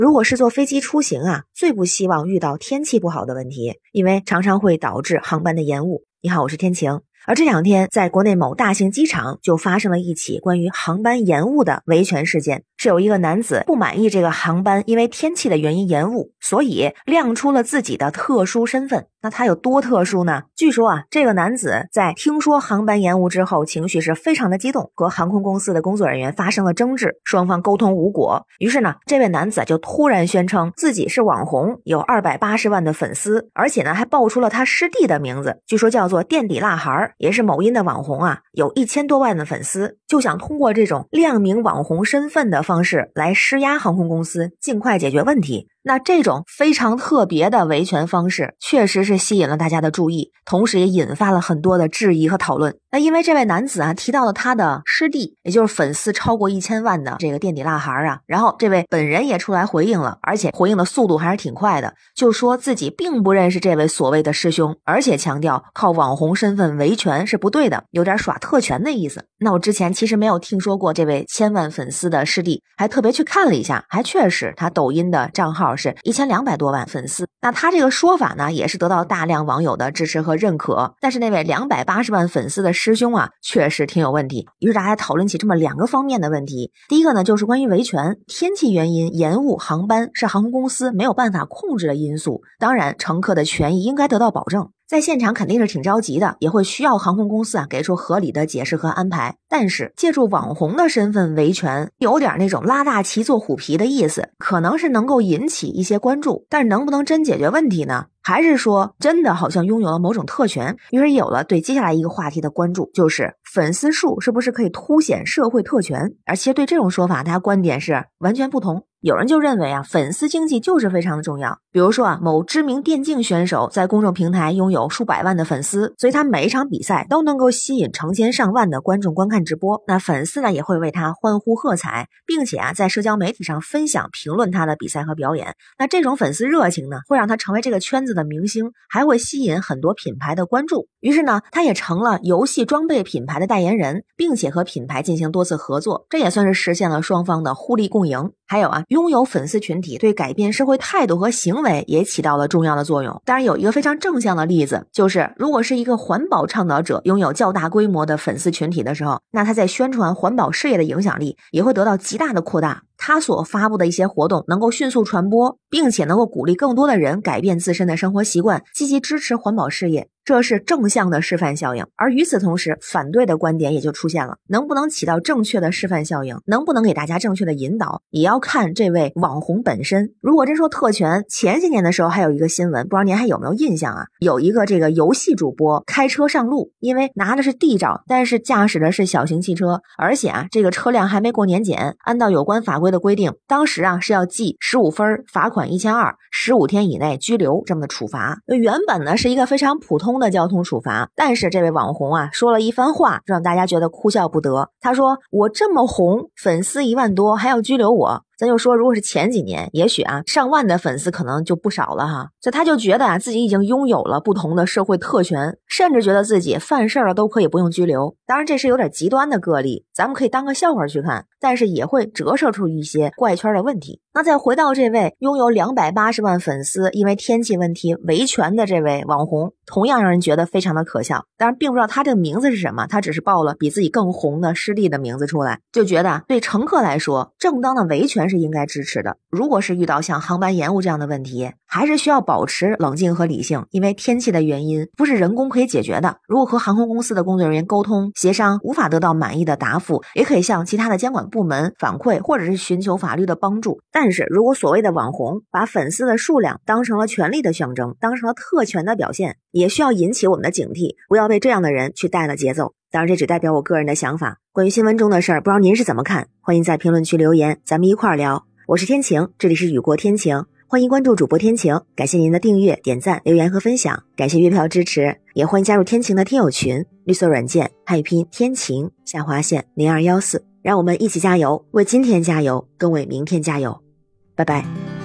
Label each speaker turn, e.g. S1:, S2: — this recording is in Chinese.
S1: 如果是坐飞机出行啊，最不希望遇到天气不好的问题，因为常常会导致航班的延误。你好，我是天晴。而这两天在国内某大型机场就发生了一起关于航班延误的维权事件，是有一个男子不满意这个航班因为天气的原因延误，所以亮出了自己的特殊身份。那他有多特殊呢？据说啊，这个男子在听说航班延误之后，情绪是非常的激动，和航空公司的工作人员发生了争执，双方沟通无果。于是呢，这位男子就突然宣称自己是网红，有280万的粉丝，而且呢还爆出了他师弟的名字，据说叫做垫底辣孩，也是某音的网红啊，有1000多万的粉丝，就想通过这种亮明网红身份的方式来施压航空公司，尽快解决问题。那这种非常特别的维权方式确实是吸引了大家的注意，同时也引发了很多的质疑和讨论。那因为这位男子啊提到了他的师弟，也就是粉丝超过1000万的这个垫底辣孩啊，然后这位本人也出来回应了，而且回应的速度还是挺快的，就说自己并不认识这位所谓的师兄，而且强调靠网红身份维权是不对的，有点耍特权的意思。那我之前其实没有听说过这位1000万粉丝的师弟，还特别去看了一下，还确实他抖音的账号是1200多万粉丝。那他这个说法呢，也是得到大量网友的支持和认可。但是那位280万粉丝的师兄啊，确实挺有问题。于是大家讨论起这么2个方面的问题。第一个呢，就是关于维权，天气原因延误航班是航空公司没有办法控制的因素，当然乘客的权益应该得到保证。在现场肯定是挺着急的，也会需要航空公司啊给出合理的解释和安排。但是借助网红的身份维权，有点那种拉大旗做虎皮的意思，可能是能够引起一些关注，但是能不能真解决问题呢？还是说真的好像拥有了某种特权？于是有了对接下来一个话题的关注，就是粉丝数是不是可以凸显社会特权？而其实对这种说法，大家观点是完全不同。有人就认为啊，粉丝经济就是非常的重要。比如说啊，某知名电竞选手在公众平台拥有数百万的粉丝，所以他每一场比赛都能够吸引成千上万的观众观看直播。那粉丝呢也会为他欢呼喝彩，并且啊在社交媒体上分享评论他的比赛和表演。那这种粉丝热情呢，会让他成为这个圈子的明星，还会吸引很多品牌的关注。于是呢，他也成了游戏装备品牌的代言人，并且和品牌进行多次合作，这也算是实现了双方的互利共赢。还有啊，拥有粉丝群体对改变社会态度和行为也起到了重要的作用。当然有一个非常正向的例子，就是如果是一个环保倡导者拥有较大规模的粉丝群体的时候，那他在宣传环保事业的影响力也会得到极大的扩大。他所发布的一些活动能够迅速传播，并且能够鼓励更多的人改变自身的生活习惯，积极支持环保事业，这是正向的示范效应。而与此同时，反对的观点也就出现了，能不能起到正确的示范效应，能不能给大家正确的引导，也要看这位网红本身。如果真说特权，前些年的时候还有一个新闻，不知道您还有没有印象啊？有一个这个游戏主播开车上路，因为拿的是地照，但是驾驶的是小型汽车，而且啊这个车辆还没过年检，按照有关法规的规定，当时啊是要记15分，罚款1200，15天以内拘留这么的处罚。原本呢是一个非常普通的交通处罚，但是这位网红啊说了一番话，让大家觉得哭笑不得。他说我这么红，粉丝1万多还要拘留我。咱就说如果是前几年，也许啊上万的粉丝可能就不少了哈。所以他就觉得啊自己已经拥有了不同的社会特权，甚至觉得自己犯事了都可以不用拘留。当然这是有点极端的个例，咱们可以当个笑话去看，但是也会折射出一些怪圈的问题。那再回到这位拥有280万粉丝因为天气问题维权的这位网红，同样让人觉得非常的可笑。当然并不知道他这个名字是什么，他只是报了比自己更红的师弟的名字出来，就觉得对乘客来说，正当的维权是应该支持的。如果是遇到像航班延误这样的问题，还是需要保持冷静和理性，因为天气的原因不是人工可以解决的。如果和航空公司的工作人员沟通协商无法得到满意的答复，也可以向其他的监管部门反馈，或者是寻求法律的帮助。但是如果所谓的网红把粉丝的数量当成了权力的象征，当成了特权的表现，也需要引起我们的警惕，不要被这样的人去带了节奏。当然这只代表我个人的想法，关于新闻中的事儿，不知道您是怎么看？欢迎在评论区留言，咱们一块儿聊。我是天晴，这里是雨过天晴，欢迎关注主播天晴，感谢您的订阅、点赞、留言和分享，感谢月票支持，也欢迎加入天晴的听友群，绿色软件汉语拼音天晴0214，让我们一起加油，为今天加油，更为明天加油，拜拜。